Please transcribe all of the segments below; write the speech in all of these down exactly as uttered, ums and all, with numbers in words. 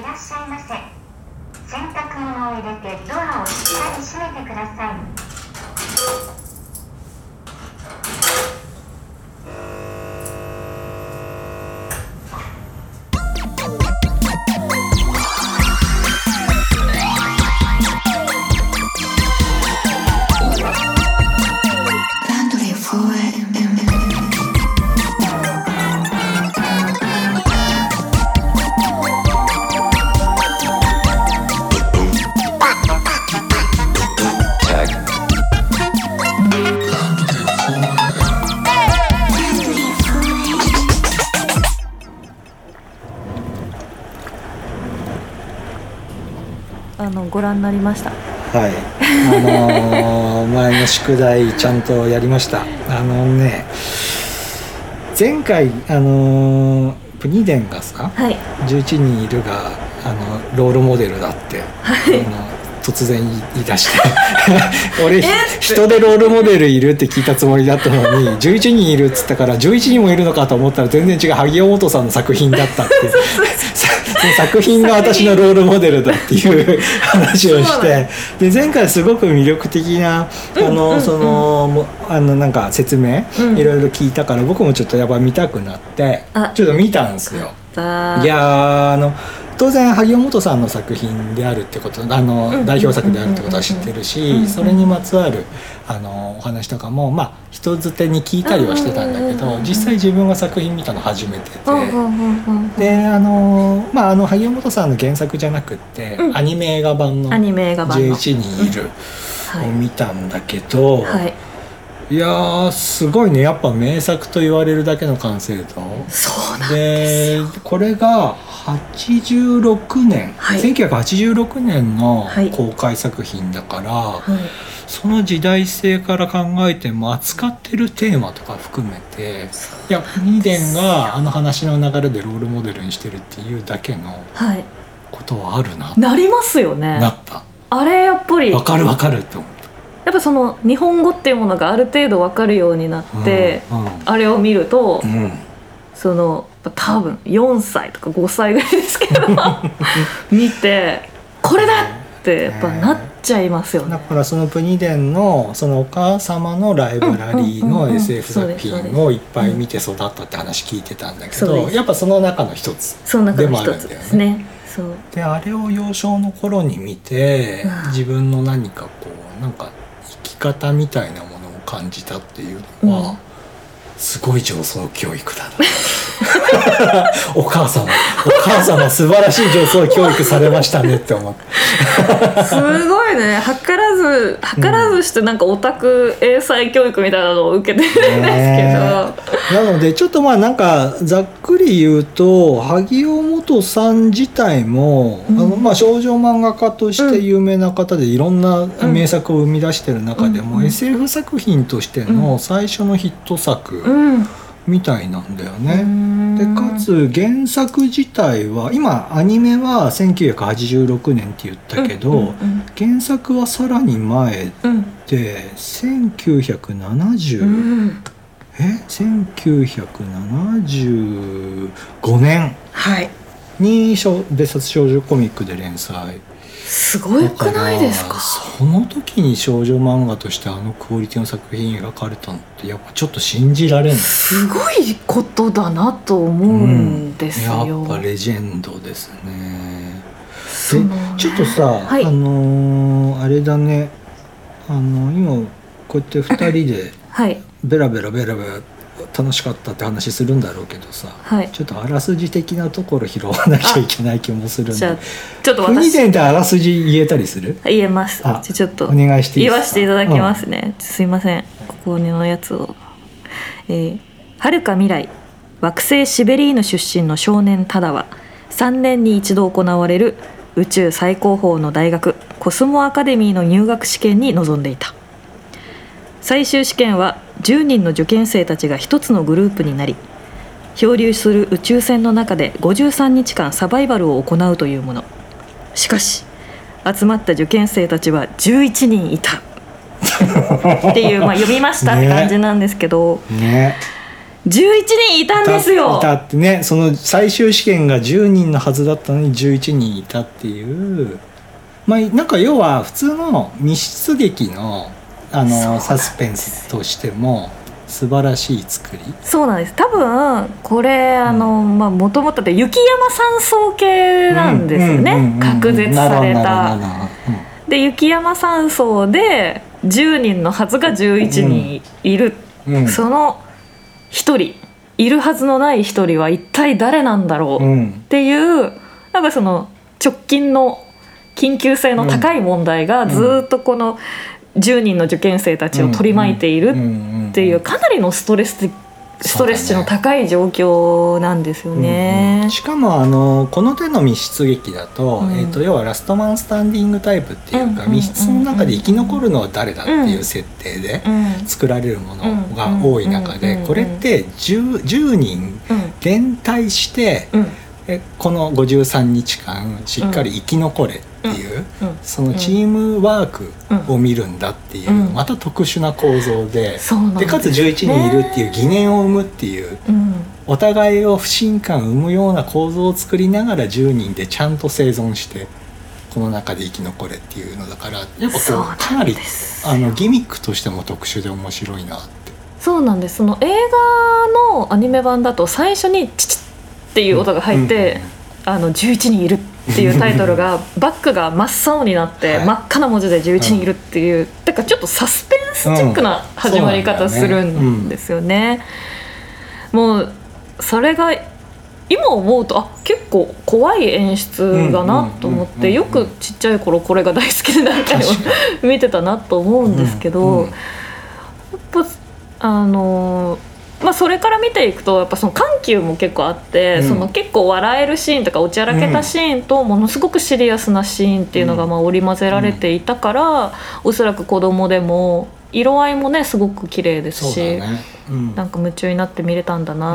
らっしゃいませ。洗濯物を入れてドアをしっかり閉めてください。 あのご覧になりました。 はい、あのー、前の宿題ちゃんとやりました。あのね、前回あのー、プニデンがさ、はい、じゅういちにんいるがあのロールモデルだって、はい、あの突然言い出して俺人でロールモデルいるって聞いたつもりだったのにじゅういちにんいるっつったからじゅういちにんもいるのかと思ったら全然違う、萩尾元さんの作品だったってその作品が私のロールモデルだっていう話をしてで前回すごく魅力的なあの、うん、その、うん、あのなんか説明、うん、いろいろ聞いたから僕もちょっとやっぱ見たくなってちょっと見たんですよ。いやあの当然萩尾元さんの作品であるってことあの代表作であるってことは知ってるしそれにまつわるあのお話とかもまあ人づてに聞いたりはしてたんだけど実際自分が作品見たの初めてでであのまああの萩尾元さんの原作じゃなくってアニメ映画版のじゅういちにんいるを見たんだけど、はいいやーすごいねやっぱ名作と言われるだけの完成度そうなんですよ。 でこれがはちじゅうろくねん、はい、せんきゅうひゃくはちじゅうろくねんの公開作品だから、はいはい、その時代性から考えても扱ってるテーマとか含めていやプニデンがあの話の流れでロールモデルにしてるっていうだけのことはあるな、 はい、なりますよね。 なったあれやっぱり分かる分かるって思う。 やっぱその日本語っていうものがある程度分かるようになって、うんうん、あれを見ると、うん、その多分よんさいとかごさいぐらいですけど見てこれだってやっぱなっちゃいますよね。 だからそのプニデンのそのお母様のライブラリーの エスエフ 作品をいっぱい見て育ったって話聞いてたんだけどやっぱその中の一つでもあるんだよね。そうであれを幼少の頃に見て、うん、自分の何かこうなんか生き方みたいなものを感じたっていうのは、うん、すごい上層教育だなお母様お母様素晴らしい上層教育されましたねって思ってすごいね図らず図らずしてなんかオタク英才教育みたいなのを受けてるんですけど、ね、 なのでちょっとまあなんかざっくり言うと萩尾元さん自体も、うん、あのまあ少女漫画家として有名な方でいろんな名作を生み出してる中でも、うん、エスエフ 作品としての最初のヒット作、うんみたいなんだよね。でかつ原作自体は今アニメはせんきゅうひゃくはちじゅうろくねんって言ったけど、うんうんうん、原作はさらに前で、うん、せんきゅうひゃくななじゅう、うん、えせんきゅうひゃくななじゅうごねんに別冊少女コミックで連載。 すごいくないですか。 その時に少女漫画としてあのクオリティの作品描かれたのってやっぱちょっと信じられない。 すごいことだなと思うんですよ、うん、 やっぱレジェンドですね。でちょっとさ、はい、あのー、あれだねあの今こうやってふたりでベラベラベラベラ楽しかったって話するんだろうけどさ、はい、ちょっとあらすじ的なところ拾わなきゃいけない気もするんで、じゃあちょっと私プニデンってあらすじ言えたりする？ 言えます。あちょっとお願いしていいですか？言わせていただきますね、うん、すいませんここのやつを、えー、遥か未来惑星シベリーヌ出身の少年タダはさんねんに一度行われる宇宙最高峰の大学コスモアカデミーの入学試験に臨んでいた。最終試験はじゅうにんの受験生たちが一つのグループになり漂流する宇宙船の中でごじゅうさんにちかんサバイバルを行うというもの。しかし集まった受験生たちはじゅういちにんいたっていう、まあ、読みましたって感じなんですけど、ねね、 じゅういちにんいたんですよ。 いた、いたってね、その最終試験がじゅうにんのはずだったのにじゅういちにんいたっていう、まあなんか要は普通の密室劇のあのサスペンスとしても素晴らしい作り。 そうなんです。多分これあの、うん、まあもともとって雪山山荘系なんですよね。隔絶された。で雪山山荘でじゅうにんのはずがじゅういちにんいる、うんうん、そのひとりいるはずのないひとりは一体誰なんだろうっていう、うん、なんかその直近の緊急性の高い問題がずっとこのじゅうにんの受験生たちを取り巻いているっていうかなりのストレスストレス値の高い状況なんですよね。 うんうん、しかもあのこの手の密室劇だと、うん、えーと、要はラストマンスタンディングタイプっていうか、うん、密室の中で生き残るのは誰だっていう設定で作られるものが多い中で、これって 10, じゅうにん連帯して、うん、えこのごじゅうさんにちかんしっかり生き残れっていう、うんうん、そのチームワークを見るんだっていう、うん、また特殊な構造 で, で, でかつじゅういちにんいるっていう疑念を生むっていう、うん、お互いを不信感を生むような構造を作りながらじゅうにんでちゃんと生存してこの中で生き残れっていうのだから、やっぱこうかなりあのギミックとしても特殊で面白いなって。 そうなんです。その映画のアニメ版だと最初にチチッっていう音が入って、うんうん、あのじゅういちにんいるっていうタイトルがバックが真っ青になって真っ赤な文字でじゅういちにんいるっていう、だからちょっとサスペンスチックな始まり方するんですよね。もうそれが今思うとあ結構怖い演出だなと思って、よくちっちゃい頃これが大好きで何回も見てたなと思うんですけど、やっぱあのまあ、それから見ていくとやっぱその緩急も結構あって、うん、その結構笑えるシーンとかおちゃらけたシーンとものすごくシリアスなシーンっていうのがまあ織り交ぜられていたから、うん、おそらく子供でも色合いもねすごく綺麗ですし、ねうん、なんか夢中になって見れたんだなって、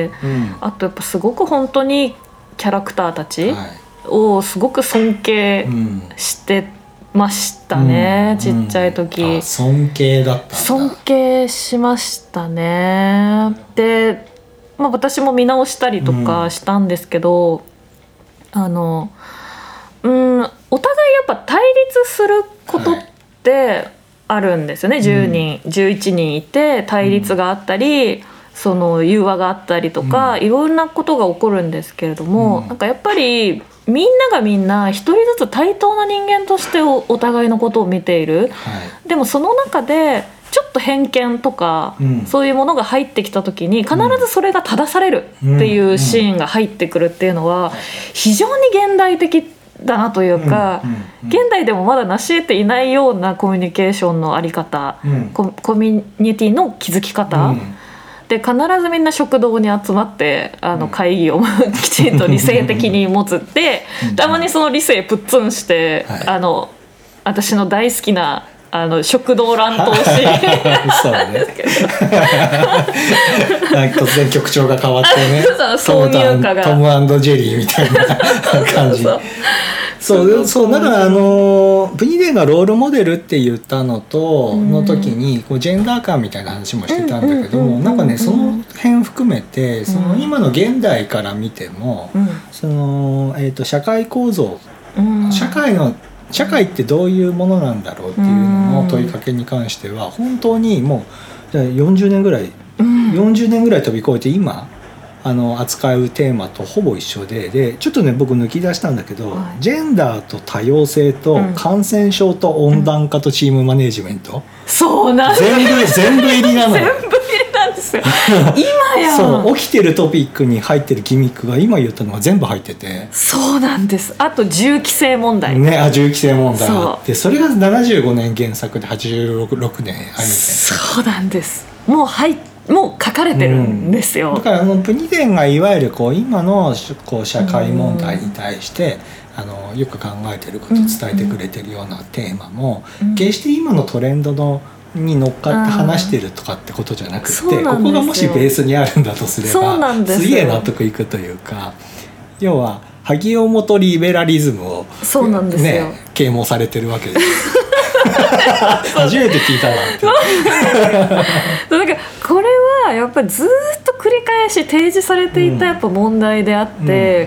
うんうん、あとやっぱすごく本当にキャラクターたちをすごく尊敬しててましたね、うん、ちっちゃい時、 うん、尊敬だったんだ。 尊敬しましたね。で、まあ、私も見直したりとかしたんですけど、うん、あのうんお互いやっぱ対立することってあるんですよね、はい、じゅうにん、うん、じゅういちにんいて対立があったり、うん、その融和があったりとか、うん、いろんなことが起こるんですけれども、うん、なんかやっぱりみんながみんな一人ずつ対等な人間として お, お互いのことを見ている、はい、でもその中でちょっと偏見とか、うん、そういうものが入ってきた時に必ずそれが正されるっていうシーンが入ってくるっていうのは非常に現代的だなというか、うんうんうん、現代でもまだ成し得ていないようなコミュニケーションのあり方、うん、コ, コミュニティの築き方、うんで必ずみんな食堂に集まってあの会議をきちんと理性的に持つってたまにその理性プッツンして、はい、あの私の大好きなあの食堂乱闘シーンそうね突然曲調が変わってね挿入歌がトム&ジェリーみたいな感じそうそうそうだからあのプニデンがロールモデルって言ったのと、うん、の時にこうジェンダー感みたいな話もしてたんだけども、なんかねその辺含めてその今の現代から見ても、うん、そのえーと社会構造、うん、社会の社会ってどういうものなんだろうっていうのの問いかけに関しては本当にもうよんじゅうねんぐらい、うん、よんじゅうねんぐらい飛び越えて今あの扱うテーマとほぼ一緒 で, でちょっとね僕抜き出したんだけど、はい、ジェンダーと多様性と感染症と温暖化とチームマネジメント、うん、 そうなんです全部全部入りなの全部入りなんですよ今やそう起きてるトピックに入ってるギミックが今言ったのが全部入ってて、 そうなんです。あと銃規制問題ね、あ銃規制問題あってそれがななじゅうごねん原作ではちじゅうろくねんアニメ。 そうなんです。もう入ってもう書かれてるんですよ、 うん、だからあのプニデンがいわゆるこう今のこう社会問題に対して、うん、あのよく考えてることを伝えてくれてるようなテーマも、うん、決して今のトレンドのに乗っかって話してるとかってことじゃなくて、ここがもしベースにあるんだとすればすげえ納得いくというか、要は萩尾元リベラリズムを、 そうなんですよ、 ね、啓蒙されてるわけです初めて聞いたなってなんかこれはやっぱりずっと繰り返し提示されていたやっぱ問題であって、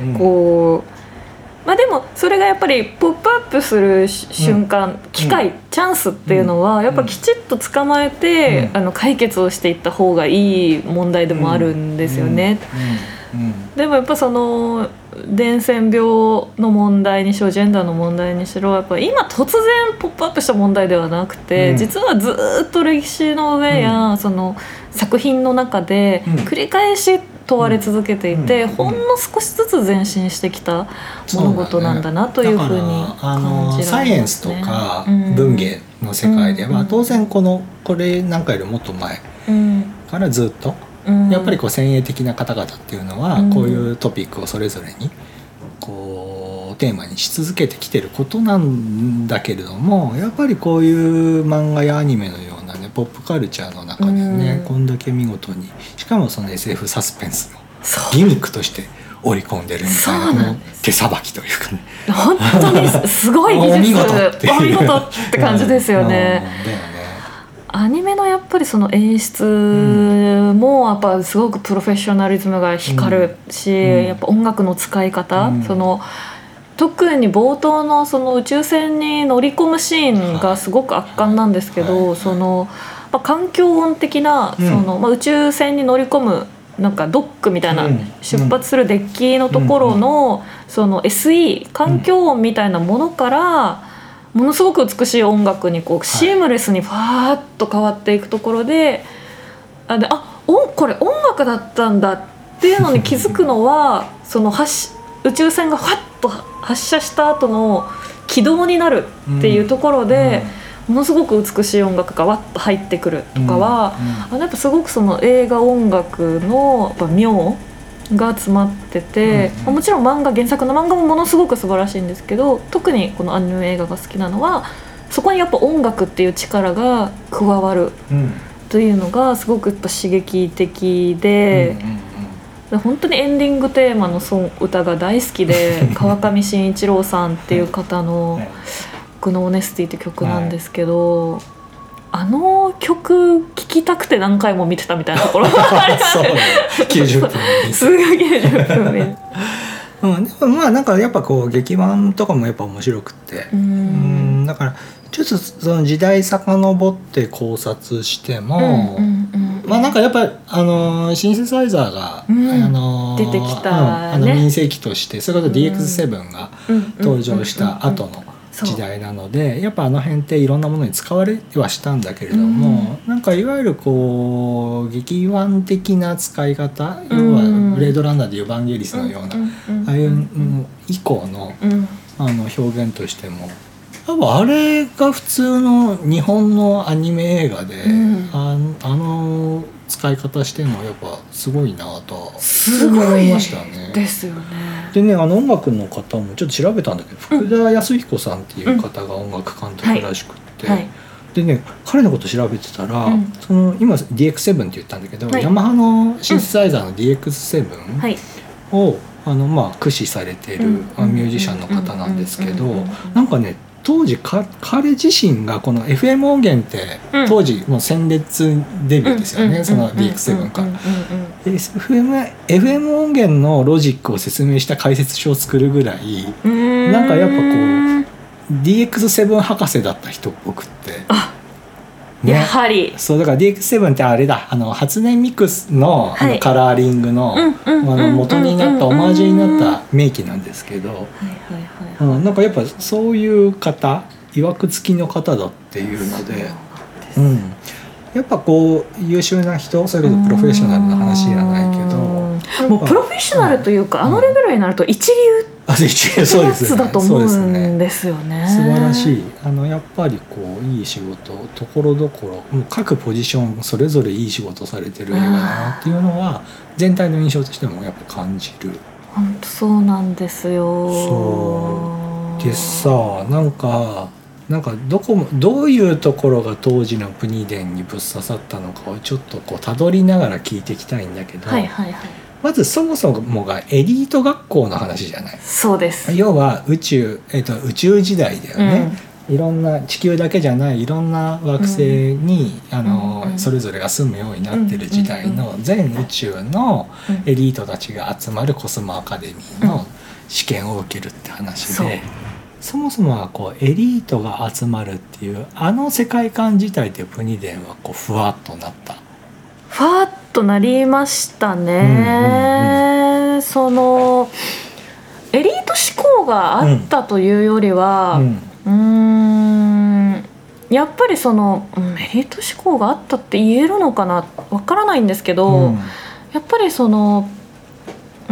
うんうん、こうまあでもそれがやっぱりポップアップする瞬間、うん、機会、うん、チャンスっていうのはやっぱきちっと捕まえて、うん、あの解決をしていった方がいい問題でもあるんですよね、うんうんうんうん、でもやっぱその伝染病の問題にしろジェンダーの問題にしろやっぱ今突然ポップアップした問題ではなくて、うん、実はずっと歴史の上や、うん、その作品の中で繰り返し問われ続けていて、うんうん、ほんの少しずつ前進してきた物事なんだなというふうに感じられますね。 あのサイエンスとか文芸の世界では、うん、当然このこれなんかよりもっと前からずっとやっぱりこう先鋭的な方々っていうのはこういうトピックをそれぞれにこうテーマにし続けてきてることなんだけれども、やっぱりこういう漫画やアニメのようなねポップカルチャーの中でねこんだけ見事にしかもその エスエフ サスペンスのギミックとして織り込んでるみたいな手さばきというかね本当にすごい技術お見事って感じですよね。だよね。アニメのやっぱりその演出もやっぱすごくプロフェッショナリズムが光るし、うん、やっぱ音楽の使い方、うん、その特に冒頭のその宇宙船に乗り込むシーンがすごく圧巻なんですけど、はいはい、その、まあ、環境音的な、うん、そのまあ、宇宙船に乗り込むなんかドックみたいな、うん、出発するデッキのところの、うん、その エスイー 環境音みたいなものからものすごく美しい音楽にこうシームレスにファーッと変わっていくところで、あであおこれ音楽だったんだっていうのに気づくのはその発宇宙船がファッと発射した後の軌道になるっていうところで、うん、ものすごく美しい音楽がワッと入ってくるとかは、うんうん、あのやっぱすごくその映画音楽のやっぱ妙が詰まってて、うんうん、もちろん漫画原作の漫画もものすごく素晴らしいんですけど、特にこのアニメ映画が好きなのはそこにやっぱ音楽っていう力が加わるというのがすごくやっぱ刺激的で、うんうんうん、本当にエンディングテーマのソン歌が大好きで川上慎一郎さんっていう方の「僕のオネスティ」って曲なんですけど、はい、あの曲聴きたくて何回も見てたみたいなところがありますねきゅうじゅっぷんすぐきゅうじゅっぷん見るうん、でもまあなんかやっぱこう劇版とかもやっぱ面白くて、うんうんだからちょっとその時代遡って考察しても、うんうんうん、まあなんかやっぱあのシンセサイザーが、うん、あの出てきた、ね、 あの民生機としてそれこそ ディーエックスセブン が登場した後の時代なので、やっぱあの辺っていろんなものに使われはしたんだけれども、うん、なんかいわゆるこう劇版的な使い方、うん、要はブレードランナーでいうバンゲリスのような、うん、ああいう以降の、うん、あの表現としても多分あれが普通の日本のアニメ映画で、うん、あ, あの使い方してるのはやっぱすごいなと思いましたね。 ですよね。 でね、あの音楽の方もちょっと調べたんだけど、福田康彦さんっていう方が音楽監督らしくって、うんはいはい、でね彼のこと調べてたら、うん、その今 ディーエックスセブン って言ったんだけど、はい、ヤマハのシンセサイザーの ディーエックスセブン を、あのまあ駆使されているミュージシャンの方なんですけど、なんかね当時か彼自身がこの エフエム 音源って、うん、当時もう鮮烈デビューですよね、うん、その ディーエックスセブン から エフエム, エフエム 音源のロジックを説明した解説書を作るぐらいなんかやっぱこう ディーエックスセブン 博士だった人っぽくって、 ね、やはりそうだから ディーエックスセブン ってあれだあの初音ミクス の, あのカラーリングの元になったオマージュになった名機なんですけど、なんかやっぱそういう方いわくつきの方だっていうので、うん、やっぱこう優秀な人それこそプロフェッショナルな話じゃないけどもうプロフェッショナルというか、うん、あのレベルになると一流ってやつだと思うんですよね。 素晴らしいあのやっぱりこういい仕事ところどころもう各ポジションそれぞれいい仕事されてる映画だなっていうのは全体の印象としてもやっぱ感じる。 本当そうなんですよ。 そうでさなんかなんかどこもどういうところが当時の国伝にぶっ刺さったのかをちょっとこう辿りながら聞いていきたいんだけど、 はいはいはい、 まずそもそもがエリート学校の話じゃない。 そうです。 要は宇宙、えーと、宇宙時代だよね、 いろんな地球だけじゃないいろんな惑星に、うん、あの、うん、それぞれが住むようになってる時代の全宇宙のエリートたちが集まるコスモアカデミーの試験を受けるって話で、うん、そもそもはこうエリートが集まるっていうあの世界観自体でプニデンはこうふわっとなった。 ふわっとなりましたね、うんうんうん、そのエリート志向があったというよりは、うん、うーんやっぱりその、うん、エリート志向があったって言えるのかなわからないんですけど、うん、やっぱりそのうー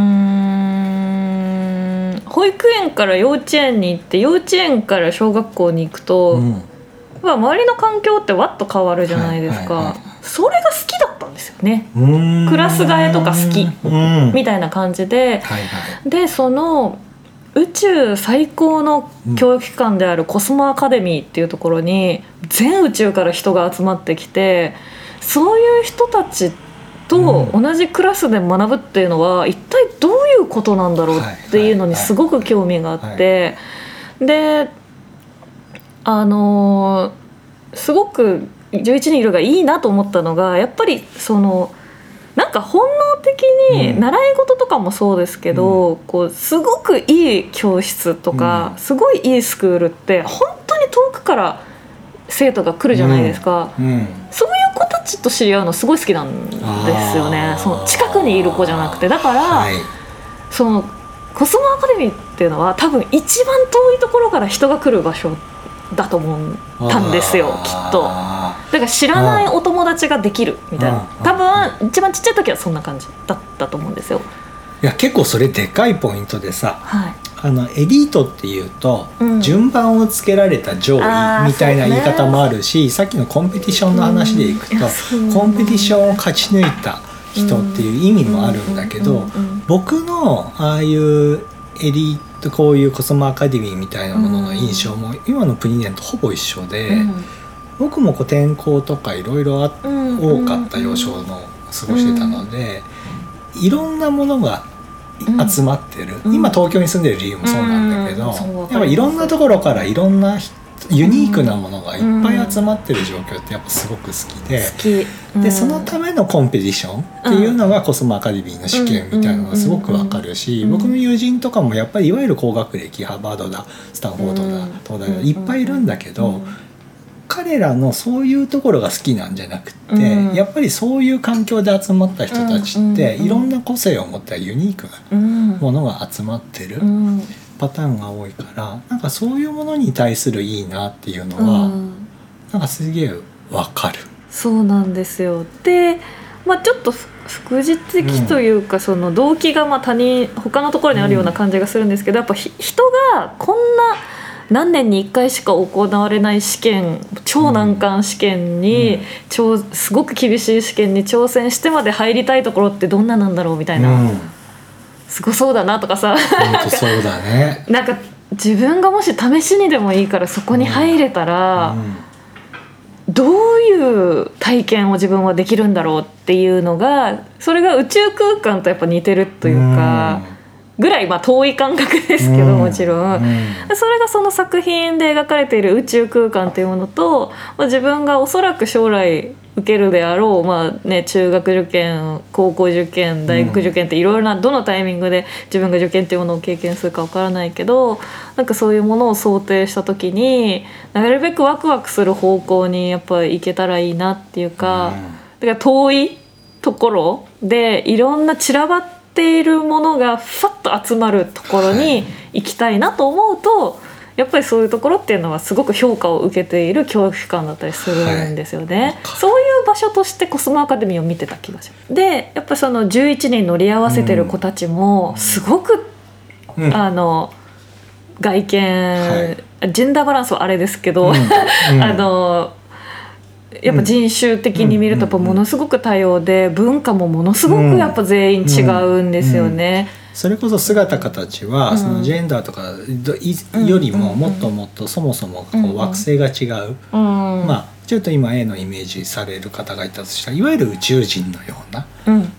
ん保育園から幼稚園に行って幼稚園から小学校に行くと、うん、周りの環境ってわっと変わるじゃないですか、はいはいはい、それが好きだったんですよね。クラス替えとか好きみたいな感じで、はいはい、でその宇宙最高の教育機関であるコスモアカデミーっていうところに全宇宙から人が集まってきて、そういう人たちと同じクラスで学ぶっていうのは一体どういうことなんだろうっていうのにすごく興味があって、であのすごくじゅういちにんいるがいいなと思ったのが、やっぱりそのなんか本能的に習い事とかもそうですけど、うん、こうすごくいい教室とか、うん、すごいいいスクールって本当に遠くから生徒が来るじゃないですか、うんうん、そういう子たちと知り合うのすごい好きなんですよね。その近くにいる子じゃなくて、だから、はい、そのコスモアカデミーっていうのは多分一番遠いところから人が来る場所だと思ったんですよ、きっと。だから知らないお友達ができるみたいな、多分一番ちっちゃい時はそんな感じだったと思うんですよ。 いや結構それでかいポイントでさ、はい、あのエリートっていうと、うん、順番をつけられた上位みたいな言い方もあるし、ね、さっきのコンペティションの話でいくと、うん、コンペティションを勝ち抜いた人っていう意味もあるんだけど、僕のああいうエリートこういうコスモアカデミーみたいなものの印象も今のプニデンとほぼ一緒で、うん、僕もこう転校とかいろいろ多かった幼少の過ごしてたので、うん、いろんなものが集まってる、うん、今東京に住んでる理由もそうなんだけど、うん、やっぱいろんなところからいろんなユニークなものがいっぱい集まってる状況ってやっぱすごく好きで、好き、うん、でそのためのコンペティションっていうのがコスモアカデミーの試験みたいなのがすごくわかるし、僕の友人とかもやっぱりいわゆる高学歴ハーバードだスタンフォードだ東大だいっぱいいるんだけど、彼らのそういうところが好きなんじゃなくて、うん、やっぱりそういう環境で集まった人たちって、うん、いろんな個性を持ったユニークなものが集まってるパターンが多いから、なんかそういうものに対するいいなっていうのは、うん、なんかすげえわかる。 そうなんですよ。で、まあ、ちょっと副次的というか、うん、その動機がまあ他人他のところにあるような感じがするんですけど、やっぱ人がこんな何年にいっかいしか行われない試験、超難関試験に、うん、超すごく厳しい試験に挑戦してまで入りたいところってどんななんだろうみたいな、うん、すごそうだなとかさ、 本当そうだねなんか自分がもし試しにでもいいからそこに入れたら、うんうん、どういう体験を自分はできるんだろうっていうのが、それが宇宙空間とやっぱ似てるというか、うんぐらいまあ遠い感覚ですけど、もちろん、うん、それがその作品で描かれている宇宙空間というものと、まあ、自分がおそらく将来受けるであろう、まあね、中学受験高校受験大学受験っていろいろなどのタイミングで自分が受験というものを経験するかわからないけど、なんかそういうものを想定した時になるべくワクワクする方向にやっぱり行けたらいいなっていうか、だから遠いところでいろんな散らばってているものがファッと集まるところに行きたいなと思うと、はい、やっぱりそういうところっていうのはすごく評価を受けている教育機関だったりするんですよね、はい、そういう場所としてコスモアカデミーを見てた気がします。でやっぱりそのじゅういちにん乗り合わせてる子たちもすごく、うん、あの外見、はい、ジェンダーバランスはあれですけど、うんうん、あのやっぱ人種的に見るとやっぱものすごく多様で、文化もものすごくやっぱ全員違うんですよね、 うんうん、それこそ姿形はそのジェンダーとかよりももっともっとそもそもこう惑星が違う、うんうん、まあちょっと今 A のイメージされる方がいたとしたらいわゆる宇宙人のような、うん、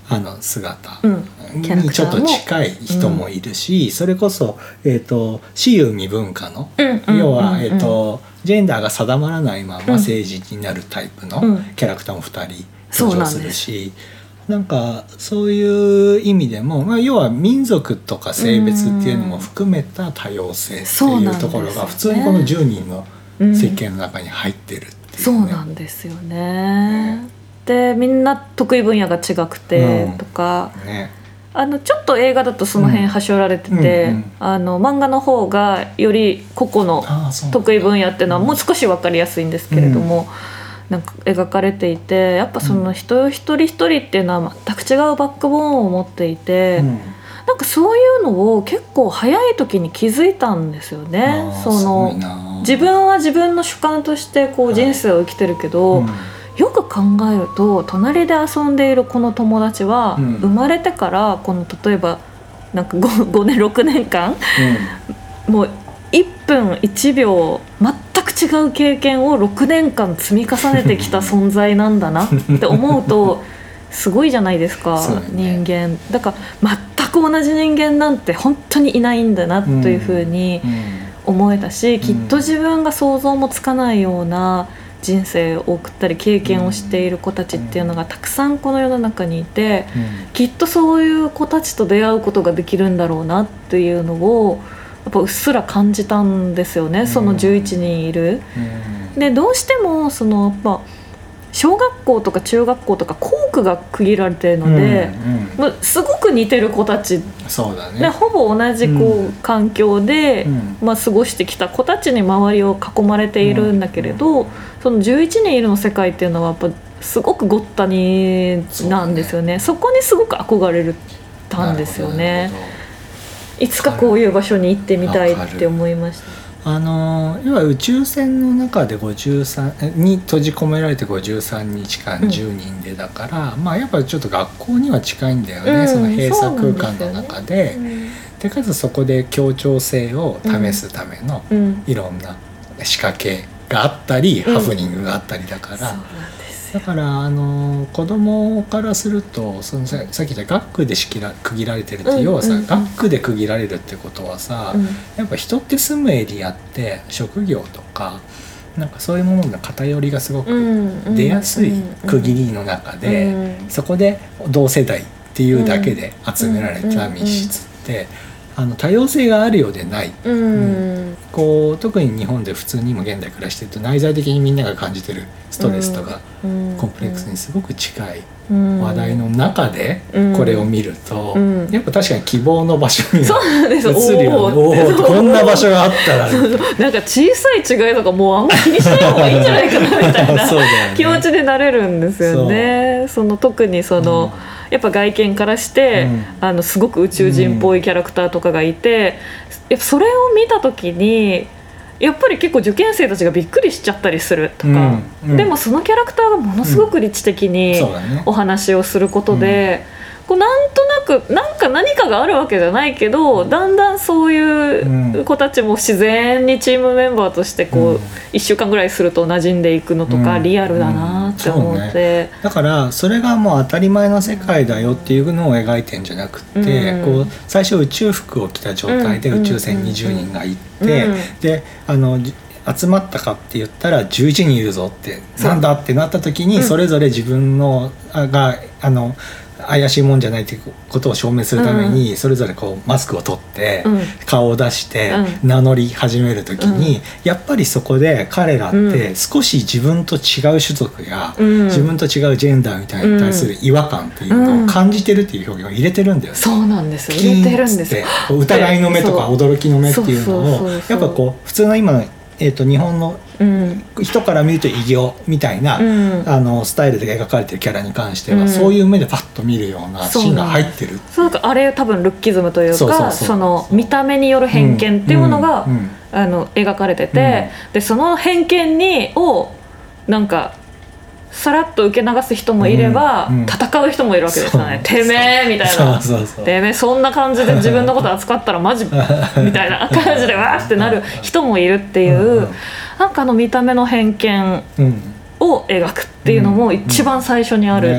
あの姿にちょっと近い人もいるし、うん、それこそ、えーと、私有未文化の、うんうんうんうん、要は、えーと、ジェンダーが定まらないまま政治になるタイプのキャラクターもふたり登場するし、うん、なんかそういう意味でも、まあ、要は民族とか性別っていうのも含めた多様性っていうところが普通にこのじゅうにんの設計の中に入ってるっていうね、 うん、そうなんですよね、ね。でみんな得意分野が違くてとか、うんね、あのちょっと映画だとその辺はしょられてて、うんうんうん、あの漫画の方がより個々の得意分野っていうのはもう少し分かりやすいんですけれども、うん、なんか描かれていて、やっぱその人一人一人っていうのは全く違うバックボーンを持っていて、うん、なんかそういうのを結構早い時に気づいたんですよね。その自分は自分の主観としてこう人生を生きてるけど、はい、うんよく考えると隣で遊んでいるこの友達は生まれてからこの例えばなんか 5, ごねんろくねんかん、うん、もういっぷんいちびょう全く違う経験をろくねんかん積み重ねてきた存在なんだなって思うとすごいじゃないですか人間だから全く同じ人間なんて本当にいないんだなというふうに思えたし、うん、きっと自分が想像もつかないような人生を送ったり経験をしている子たちっていうのがたくさんこの世の中にいて、うん、きっとそういう子たちと出会うことができるんだろうなっていうのをやっぱうっすら感じたんですよね、そのじゅういちにんいる、うん、でどうしてもそのやっぱ小学校とか中学校とか校区が区切られているので、うんうん、すごく似てる子たちそうだね、 でほぼ同じこう、うん、環境で、うんまあ、過ごしてきた子たちに周りを囲まれているんだけれど、うん、そのじゅういちにんいるの世界っていうのはやっぱすごくごったになんですよね。 そ, ねそこにすごく憧れたんですよね。いつかこういう場所に行ってみたいって思いました。 あの要は宇宙船の中でごじゅうさんに閉じ込められてごじゅうさんにちかんじゅうにんでだから、うん、まあやっぱちょっと学校には近いんだよね、うん、その閉鎖空間の中で、うん、でかつそこで協調性を試すためのいろんな仕掛けがあったり、うん、ハプニングがあったりだから、うんだからあの子供からするとその さ, さっき言った学区で仕切ら区切られてるって、うんうんうん、要はさ学区で区切られるってことはさ、うん、やっぱ人って住むエリアって職業とかなんかそういうものの偏りがすごく出やすい区切りの中で、うんうんうん、そこで同世代っていうだけで集められた密室って、うんうんうんあの多様性があるようでない、うんうん、こう特に日本で普通に今現代暮らしてると内在的にみんなが感じてるストレスとか、うんうん、コンプレックスにすごく近い話題の中でこれを見ると、うんうん、やっぱ確かに希望の場所には映るよね。おーこんな場所があったらなんか小さい違いとかもうあんまり気にしない方がいいんじゃないかなみたいなね、気持ちになれるんですよね。そ, その特にその、うんやっぱ外見からして、うん、あのすごく宇宙人っぽいキャラクターとかがいて、うん、やっぱそれを見た時にやっぱり結構受験生たちがびっくりしちゃったりするとか、うんうん、でもそのキャラクターがものすごく理知的にお話をすることで、うん、こうなんとなくなんか何かがあるわけじゃないけどだんだんそういう子たちも自然にチームメンバーとしてこう、うん、いっしゅうかんぐらいすると馴染んでいくのとか、うん、リアルだなって思って、うんね、 だからそれがもう当たり前の世界だよっていうのを描いてんじゃなくて、うん、こう最初宇宙服を着た状態で宇宙船にじゅうにんが行って、うんうんうん、であの集まったかって言ったらじゅういちにんいるぞってなんだってなった時にそれぞれ自分のがあの怪しいもんじゃないということを証明するためにそれぞれこうマスクを取って顔を出して名乗り始める時にやっぱりそこで彼らって少し自分と違う種族や自分と違うジェンダーみたいに対する違和感っていうのを感じてるっていう表現を入れてるんだよね。 そうなんですよ。入れてるんですよ。 疑いの目とか驚きの目っていうのをやっぱこう普通の今のえー、と日本の人から見ると異形みたいな、うん、あのスタイルで描かれてるキャラに関しては、うん、そういう目でパッと見るようなシーンが入ってる。 そうかあれ多分ルッキズムというかその見た目による偏見っていうものが、うんうん、あの描かれてて、うん、でその偏見にをなんかさらっと受け流す人もいれば、うんうん、戦う人もいるわけですよね。てめえみたいなそうそうそうてめえそんな感じで自分のこと扱ったらマジみたいな感じでわーってなる人もいるっていう、うんうん、なんかあの見た目の偏見を描くっていうのも一番最初にある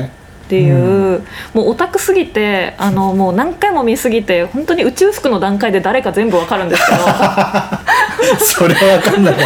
っていう、うん、もうオタクすぎてあのもう何回も見すぎて本当に宇宙服の段階で誰か全部わかるんですけどそれは分かんなか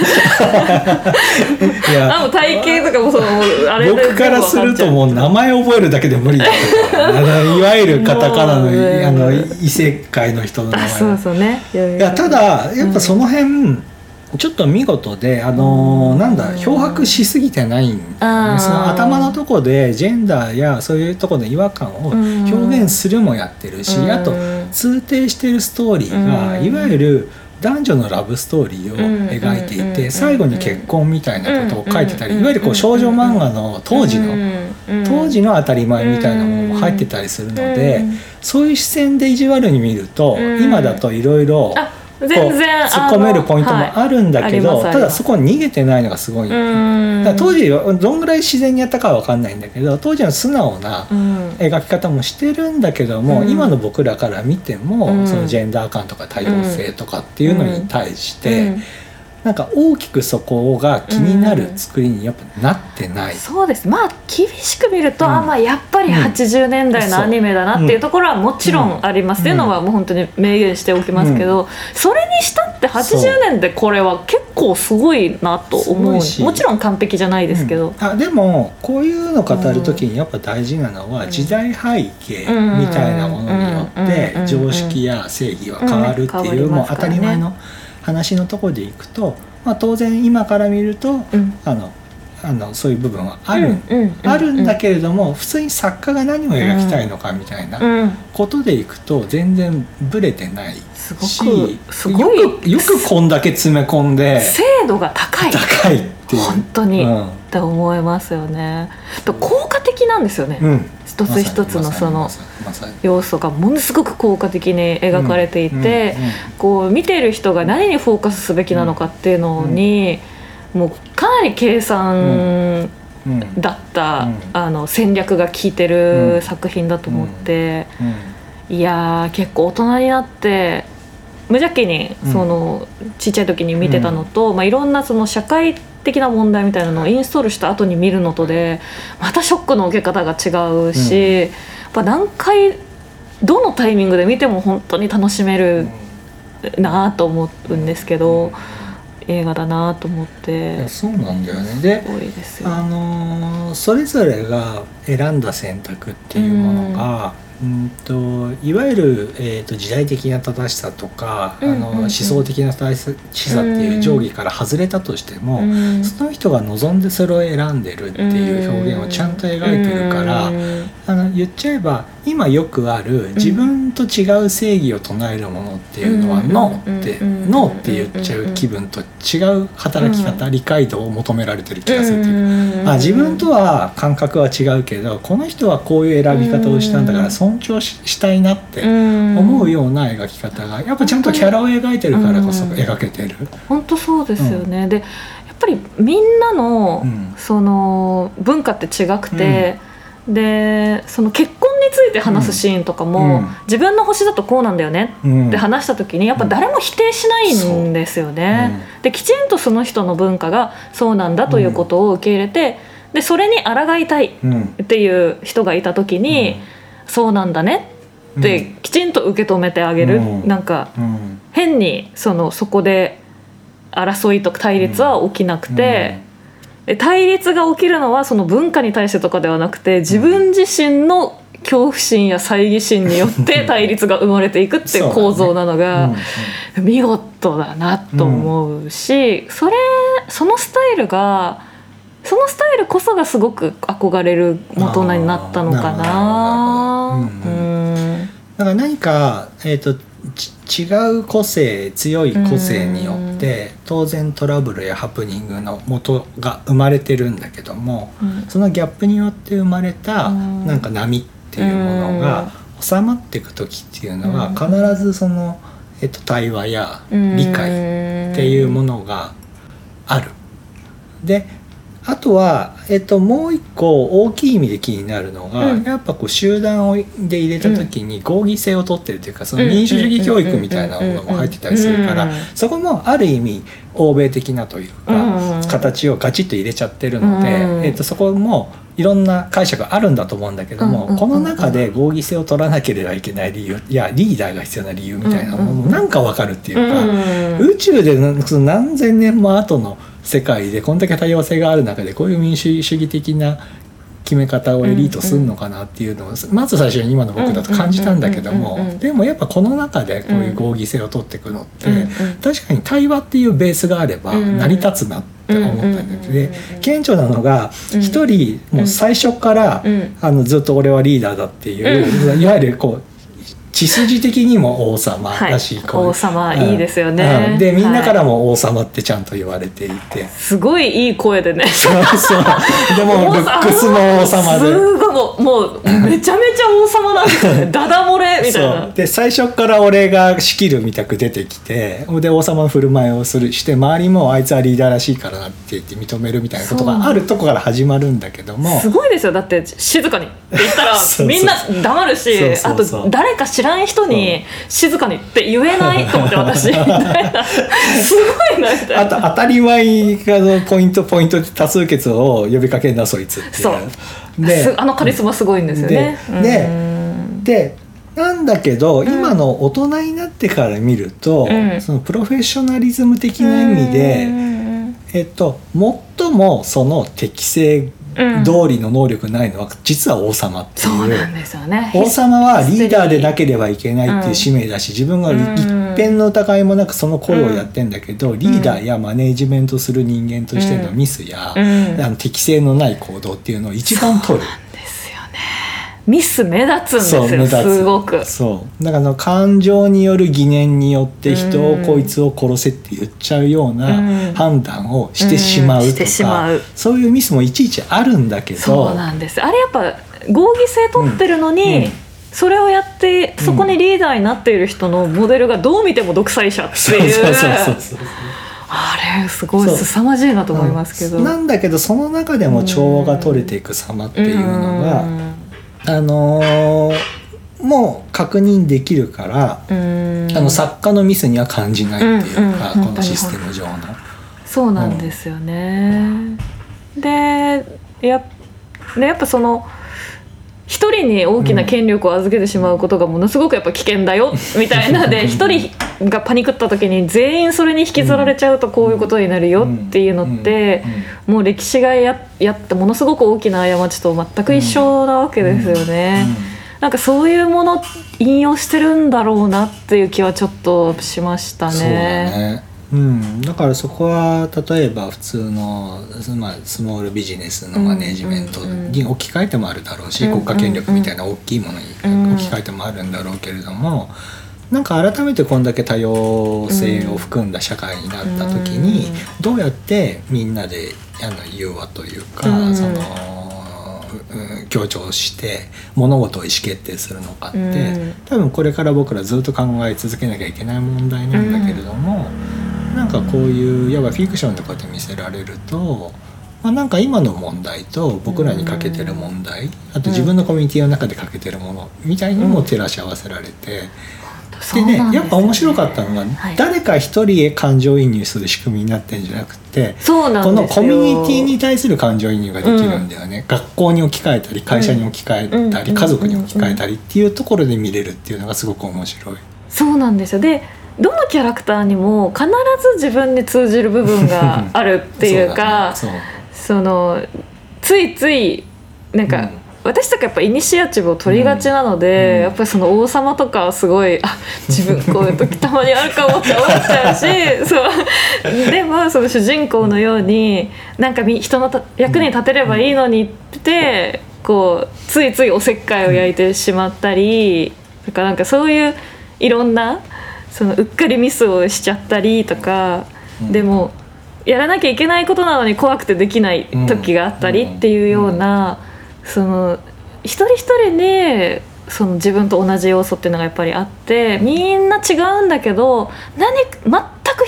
ったいやあの体型とかもそのあれで僕からするともう名前覚えるだけで無理だったいわゆるカタカナの、ね、あの異世界の人の名前そうそうねいやいやただやっぱその辺、うんちょっと見事で、あのー、なんだ漂白しすぎてないんだよね。その頭のとこでジェンダーやそういうところの違和感を表現するもやってるし、あと通底してるストーリーがいわゆる男女のラブストーリーを描いていて、最後に結婚みたいなことを書いてたり、いわゆるこう少女漫画の当時の当時の当たり前みたいなものも入ってたりするので、そういう視線で意地悪に見ると今だといろいろ全然突っ込めるポイントもあるんだけど、はい、ただそこに逃げてないのがすごい。だから当時どんぐらい自然にやったかは分かんないんだけど、当時の素直な描き方もしてるんだけども、今の僕らから見てもそのジェンダー感とか多様性とかっていうのに対してなんか大きくそこが気になる作りにやっぱなってない、 うん、そうです。まあ厳しく見ると、うん、あまあやっぱりはちじゅうねんだいのアニメだなっていうところはもちろんあります、うん、っていうのはもう本当に明言しておきますけど、うん、それにしたってはちじゅうねんでこれは結構すごいなと思う。もちろん完璧じゃないですけど、 うん、あでもこういうの語る時にやっぱ大事なのは、うん、時代背景みたいなものによって常識や正義は変わるっていう、もう当たり前の話のところでいくと、まあ、当然今から見ると、うん、あのあのそういう部分はある、うんうんうんうん、あるんだけれども、普通に作家が何を描きたいのかみたいなことでいくと全然ブレてないし、 すごくすごいよく、よくこんだけ詰め込んで精度が高い高いっていう本当に、うん、って思いますよね。と効果的なんですよね、うん、一つ一つのその要素がものすごく効果的に描かれていて、うんうんうん、こう見ている人が何にフォーカスすべきなのかっていうのに、うん、もうかなり計算だった、うんうん、あの戦略が効いてる作品だと思って、うんうんうん、いやー結構大人になって無邪気にその、うん、ちっちゃい時に見てたのと、うんまあ、いろんなその社会的な問題みたいなのをインストールした後に見るのとでまたショックの受け方が違うし、うん、やっぱ何回どのタイミングで見ても本当に楽しめるなと思うんですけど、映画だなと思って。 いやそうなんだよね。で、 多いですよ。 あのー、それぞれが選んだ選択っていうものが、うん、といわゆる、えー、と時代的な正しさとか、うんうんうん、あの思想的な正しさっていう定義から外れたとしても、うん、その人が望んでそれを選んでるっていう表現をちゃんと描いてるから、うん、あの言っちゃえば今よくある自分と違う正義を唱えるものっていうのは、うん、ノーって、うん、ノーって言っちゃう気分と違う働き方、うん、理解度を求められてる気がするっていうか、あ自分とは感覚は違うけどこの人はこういう選び方をしたんだから尊重 し, したいなって思うような描き方がやっぱちゃんとキャラを描いてるからこそ描けてる。 本当そうですよね、うん、でやっぱりみんなの、うん、その文化って違くて、うん、でその結婚について話すシーンとかも、うん、自分の星だとこうなんだよねって話した時にやっぱ誰も否定しないんですよね、うん、できちんとその人の文化がそうなんだということを受け入れて、でそれに抗いたいっていう人がいた時に、うん、そうなんだねってきちんと受け止めてあげる、うん、なんか、うん、変に そのそこで争いとか対立は起きなくて、うん、対立が起きるのはその文化に対してとかではなくて自分自身の恐怖心や猜疑心によって対立が生まれていくっていう構造なのが見事だなと思うし、それそのスタイルがそのスタイルこそがすごく憧れる元になったのかな。 だから何か、えーと、違う個性強い個性によって当然トラブルやハプニングの元が生まれてるんだけども、うん、そのギャップによって生まれたなんか波っていうものが収まっていく時っていうのは必ずその、えーと、対話や理解っていうものがある。であとは、えっと、もう一個大きい意味で気になるのが、うん、やっぱこう集団で入れた時に合議性を取ってるというか、その民主主義教育みたいなものも入ってたりするから、そこもある意味欧米的なというか、形をガチッと入れちゃってるので、えっと、そこもいろんな解釈あるんだと思うんだけども、この中で合議性を取らなければいけない理由、いやリーダーが必要な理由みたいなものもなんかわかるっていうか、宇宙でその何千年も後の世界でこんだけ多様性がある中でこういう民主主義的な決め方をエリートするのかなっていうのをまず最初に今の僕だと感じたんだけども、でもやっぱこの中でこういう合議性を取っていくのって確かに対話っていうベースがあれば成り立つなって思ったんだけど、で顕著なのが一人もう最初からあのずっと俺はリーダーだっていういわゆるこう血筋的にも王様だし、はい、こう王様いいですよね、 うん、でみんなからも王様ってちゃんと言われていて、はい、 すごいいい声でねそうそうでもルックスも王様ですごいもう、もうめちゃめちゃ王様なんですよねダダ漏れみたいな。 で最初から俺が仕切るみたく出てきて、で王様の振る舞いをするして周りもあいつはリーダーらしいからなって言って認めるみたいなことがあるとこから始まるんだけども、 すごいですよ。だって静かにって言ったらみんな黙るし、そうそうそうそう、あと誰か知らん人に静かにって言えないと思って私みたいなすごいなみたいな。あと当たり前がポイントポイントで多数決を呼びかけるなそいつっていう。 そうであのカリスマすごいんですよね。 で、で、でなんだけど、うん、今の大人になってから見ると、うん、そのプロフェッショナリズム的な意味で、うん、えっと最もその適性通りの能力ないのは実は王様っていう。 そうなんですよね。 王様はリーダーでなければいけないっていう使命だし、自分が一片の疑いもなくその声をやってんだけど、リーダーやマネージメントする人間としてのミスや、あの適性のない行動っていうのを一番取る。 ミス目立つんですよ。すごく。 そうだから感情による疑念によって人をこいつを殺せって言っちゃうような判断をしてしまうとか、そういうミスもいちいちあるんだけど、 そうなんです。あれやっぱ合議性取ってるのに、うんうん、それをやってそこにリーダーになっている人のモデルがどう見ても独裁者っていう、そうそうそうそうあれすごい凄まじいなと思いますけど、 うん、なんだけどその中でも調和が取れていく様っていうのが、あのー、もう確認できるから、あの作家のミスには感じないっていうか、うんうん、このシステム上のそうなんですよね、うん、で や, でやっぱその一人に大きな権力を預けてしまうことがものすごくやっぱ危険だよみたいなで、一人がパニクった時に全員それに引きずられちゃうとこういうことになるよっていうのってもう歴史が や, やったものすごく大きな過ちと全く一緒なわけですよね。なんかそういうもの引用してるんだろうなっていう気はちょっとしましたね。 そうだね、うん、だからそこは例えば普通の、まあ、スモールビジネスのマネジメントに置き換えてもあるだろうし、うんうんうん、国家権力みたいな大きいものに置き換えてもあるんだろうけれども、うん、なんか改めてこんだけ多様性を含んだ社会になった時に、うん、どうやってみんなであの融和というか、うん、その強調して物事を意思決定するのかって、うん、多分これから僕らずっと考え続けなきゃいけない問題なんだけれども、うん、なんかこういうやっぱフィクションでこうやって見せられると、まあ、なんか今の問題と僕らにかけてる問題、うん、あと自分のコミュニティの中でかけてるものみたいにも照らし合わせられて、うん、でね、やっぱ面白かったのが、はい、誰か一人へ感情移入する仕組みになってるんじゃなくて、 そうなんですよ。 このコミュニティに対する感情移入ができるんだよね、うん、学校に置き換えたり会社に置き換えたり、うん、家族に置き換えたりっていうところで見れるっていうのがすごく面白い。 そうなんですよ。でどのキャラクターにも必ず自分に通じる部分があるっていうかそうだね、そうそのついついなんか、うん、私とかやっぱイニシアチブを取りがちなので、うん、やっぱりその王様とかはすごいあ自分こういう時たまにあるかもって思っちゃうしそうでもその主人公のようになんか人の役に立てればいいのにってこうついついおせっかいを焼いてしまったり、だからなんかそういういろんなそのうっかりミスをしちゃったりとか、でもやらなきゃいけないことなのに怖くてできない時があったりっていうような、その一人一人でその自分と同じ要素っていうのがやっぱりあって、みんな違うんだけど何全く一つも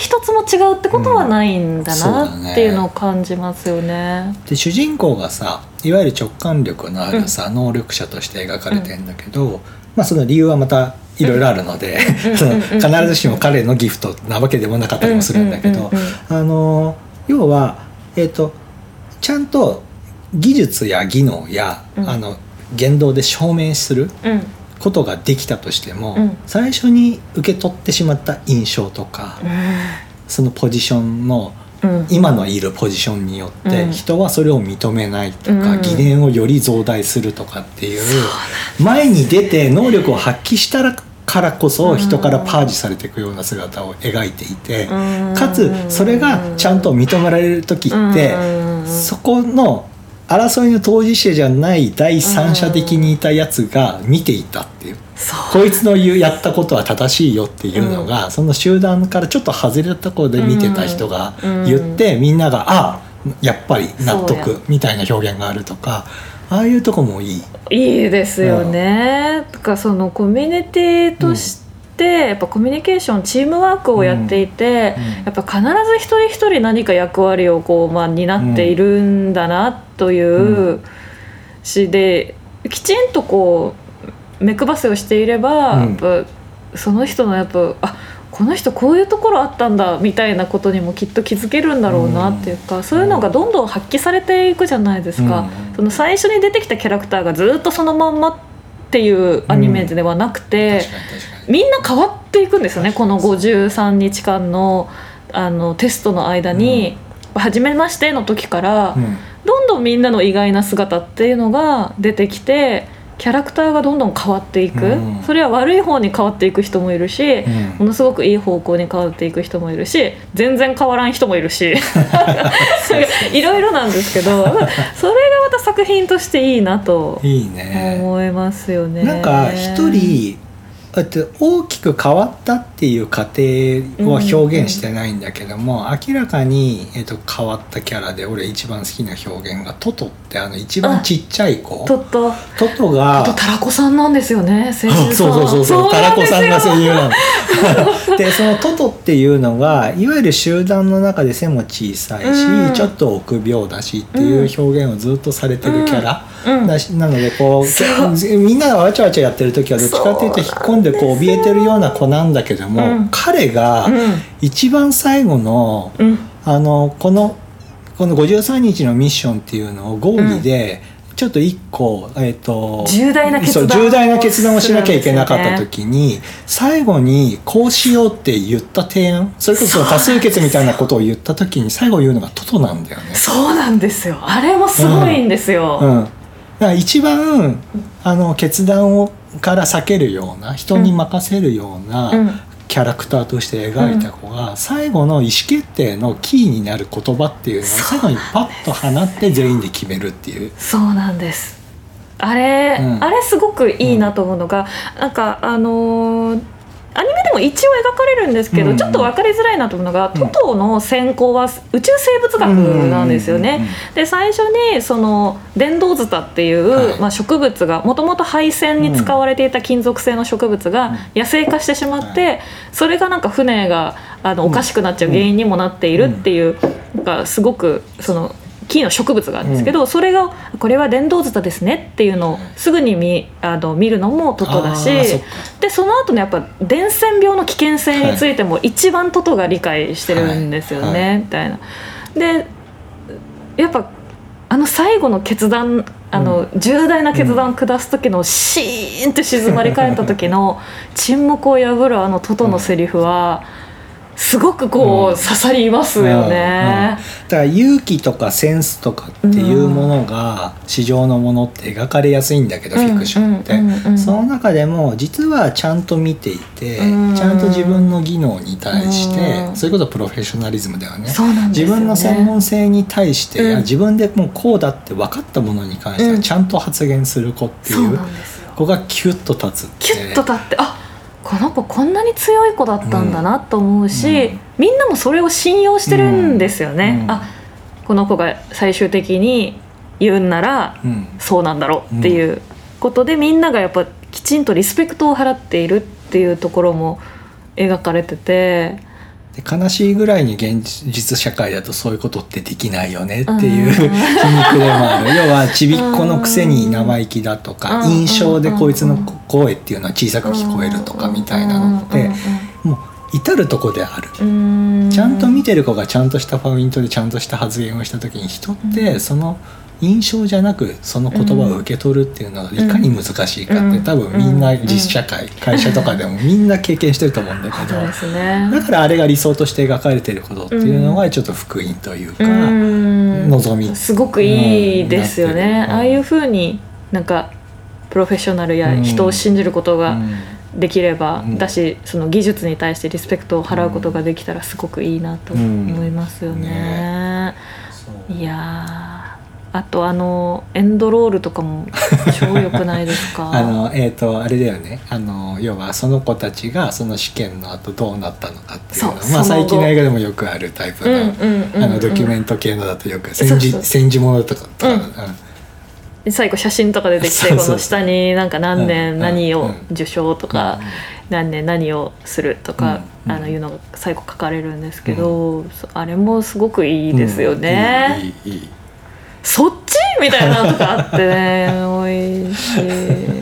違うってことはないんだなっていうのを感じますよね。 で主人公がさいわゆる直感力のあるさ、うん、能力者として描かれてんだけど、うんまあ、その理由はまたいろいろあるので必ずしも彼のギフトなわけでもなかったりもするんだけど、あの要は、えーと、ちゃんと技術や技能や、うん、あの言動で証明することができたとしても、うん、最初に受け取ってしまった印象とか、うん、そのポジションの、うん、今のいるポジションによって人はそれを認めないとか、うん、疑念をより増大するとかっていう、うん、前に出て能力を発揮したらからこそ人からパージされていくような姿を描いていて、うん、かつそれがちゃんと認められる時って、うん、そこの争いの当事者じゃない第三者的にいたやつが見ていたっていう、こいつの言うやったことは正しいよっていうのが、うん、その集団からちょっと外れたところで見てた人が言って、うん、みんながあやっぱり納得みたいな表現があるとか、ああいうとこもいいいいですよね。だからそのコミュニティとして、うん、やっぱコミュニケーションチームワークをやっていて、うんうん、やっぱ必ず一人一人何か役割をこう、まあ、担っているんだなというしで、きちんとこう目配せをしていれば、うん、やっぱその人のやっぱあこの人こういうところあったんだみたいなことにもきっと気づけるんだろうなっていうか、うん、そういうのがどんどん発揮されていくじゃないですか、うん、その最初に出てきたキャラクターがずっとそのまんまっていうアニメではなくて、うん、みんな変わっていくんですよね。このごじゅうさんにちかん の, あのテストの間に、うん、初めましての時から、うん、どんどんみんなの意外な姿っていうのが出てきてキャラクターがどんどん変わっていく、うん、それは悪い方に変わっていく人もいるし、うん、ものすごくいい方向に変わっていく人もいるし全然変わらん人もいるしいろいろなんですけどそれがまた作品としていいなと思いますよね。 いいね。なんか一人だって大きく変わったっていう過程は表現してないんだけども、うんうん、明らかに、えーと、変わったキャラで俺一番好きな表現がトトってあの一番ちっちゃい子トトトトがトトタラコさんなんですよね。声優さんそうそうそうそうタラコさんが声優なのでそのトトっていうのがいわゆる集団の中で背も小さいし、うん、ちょっと臆病だしっていう表現をずっとされてるキャラ、うん、だしなのでこうみんながわちゃわちゃやってる時はどっちかっていうと引っ込んでこう怯えてるような子なんだけども、うん、彼が一番最後の、うん、あのこのこのごじゅうさんにちのミッションっていうのを合議でちょっと一個、えーと、 重大な決断をそう重大な決断をしなきゃいけなかった時に、最後にこうしようって言った提案、それこそ多数決みたいなことを言った時に最後言うのがトトなんだよね。 そうなんですよ。あれもすごいんですよ、 うんうん、だから一番あの決断をから避けるような人に任せるようなキャラクターとして描いた子が最後の意思決定のキーになる言葉っていうのを最後にパッと放って全員で決めるっていう。 そうなんです。あれ、うん、あれすごくいいなと思うのが、うん、なんかあのーアニメでも一応描かれるんですけど、うん、ちょっと分かりづらいなと思うのが、うん、トトの専攻は宇宙生物学なんですよね。で最初にその電動ツタっていう、はい、まあ、植物がもともと配線に使われていた金属製の植物が野生化してしまって、うん、それがなんか船があのおかしくなっちゃう原因にもなっているっていう、なんかすごくその木の植物があるんですけど、うん、それがこれは電動ツタですねっていうのをすぐに 見, あの見るのもトトだし、でその後のやっぱ伝染病の危険性についても一番トトが理解してるんですよね、はいはい、みたいな。でやっぱあの最後の決断、あの重大な決断を下す時のシーンって静まり返った時の沈黙を破るあのトトのセリフはすごくこう、うん、刺さりますよね、うんうん、だから勇気とかセンスとかっていうものが市場のものって描かれやすいんだけど、うん、フィクションって、うんうんうん、その中でも実はちゃんと見ていて、うん、ちゃんと自分の技能に対して、うん、そういうことプロフェッショナリズムだよね。 そうなんですよね。 自分の専門性に対して、うん、自分でもうこうだって分かったものに関してはちゃんと発言する子っていう、うん、子がキュッと立つってキュッと立ってあこの子こんなに強い子だったんだなと思うし、うん、みんなもそれを信用してるんですよね、うん、あこの子が最終的に言うんなら、うん、そうなんだろうっていうことで、みんながやっぱきちんとリスペクトを払っているっていうところも描かれてて、 悲しいぐらいに現実社会だとそういうことってできないよねっていう皮肉でもある。要はちびっこのくせに生意気だとか、印象でこいつの声っていうのは小さく聞こえるとかみたいなのってもう至るとこである。ちゃんと見てる子がちゃんとしたポイントでちゃんとした発言をした時に、人ってその印象じゃなくその言葉を受け取るっていうのがいかに難しいかって多分みんな実社会、会社とかでもみんな経験してると思うんだけど、だからあれが理想として描かれてることっていうのがちょっと福音というか望み、 すごくいいですよね。ああいう風になんかプロフェッショナルや人を信じることができれば、だしその技術に対してリスペクトを払うことができたらすごくいいなと思いますよね。いやあとあのエンドロールとかも超良くないですか？ あのえっ、ー、とあれだよね。あの要はその子たちがその試験の後どうなったのかっていうのは、まあ最近の映画でもよくあるタイプの、うんうんうん、あのドキュメント系のだとよく戦時戦時ものとかとか、うんうん、最後写真とか出てきて、この下になんか何年何を受賞とか、何年何をするとか、あのいうのが最後書かれるんですけど、あれもすごくいいですよね。いいいいいい、そっちみたいなのとかあってね、美味しい。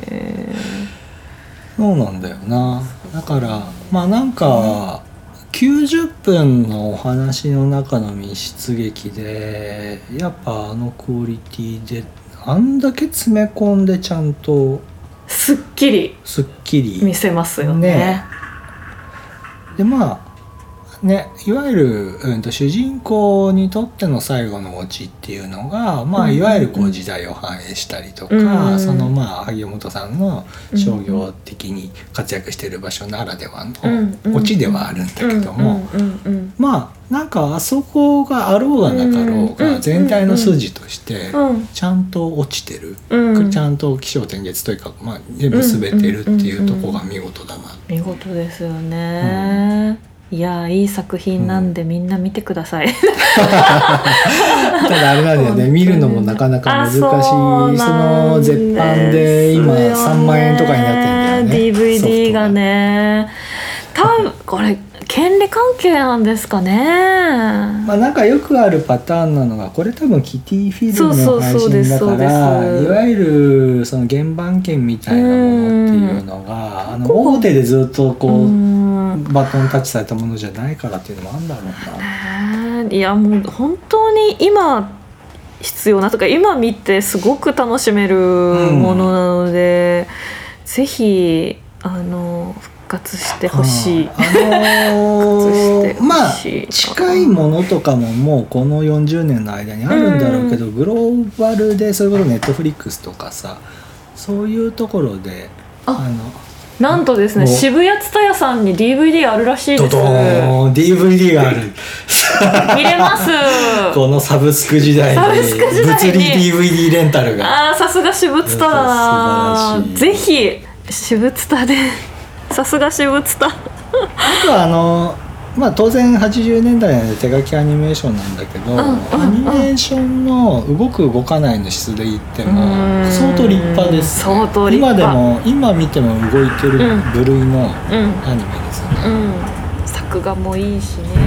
そうなんだよな。だからまあなんかきゅうじゅっぷんのお話の中の密室劇でやっぱあのクオリティであんだけ詰め込んでちゃんとすっきりすっきり見せますよね。ねでまあね、いわゆる、うん、と主人公にとっての最後のオチっていうのが、まあ、いわゆるこう時代を反映したりとか、うん、そのまあ萩本さんの商業的に活躍している場所ならではのオチではあるんだけども、まあなんかあそこがあろうがなかろうが全体の筋としてちゃんと落ちてる、うん、ちゃんと起承転結というか、まあ、全部滑ってるっていうところが見事だな。 見事ですよね。うんいやいい作品なんで、うん、みんな見てください。 ただあれなんだよね、見るのもなかなか難しい。 そ, その絶版で今さんまんえんとかになってんだよね。 ディーブイディー がね、多分これ権利関係なんですかね。まあなんかよくあるパターンなのが、これ多分キティフィルムの配信だから、いわゆるその原版権みたいなものっていうのがあの大手でずっとこうバトンタッチされたものじゃないからっていうのもあるんだろうな。いやもう本当に今必要なとか今見てすごく楽しめるものなので、うん、ぜひあの復活してほしい。あのー、まあ近いものとかももうこのよんじゅうねんの間にあるんだろうけど、うん、グローバルでそれこそネットフリックスとかさ、そういうところであのなんとですね、渋谷蔦屋さんに ディーブイディー あるらしいです。ドドーン ディーブイディー がある。見れます。このサブスク時代に物理 ディーブイディー レンタルが。ああさすが渋蔦だな。ぜひ渋蔦でさすが渋蔦。あとはあのまあ当然はちじゅうねんだいの手書きアニメーションなんだけど、うんうんうん、アニメーションの動く動かないの質で言っても相当立派です、ね、相当立派。今でも今見ても動いてる部類のアニメですね、うんうん、作画もいいしね。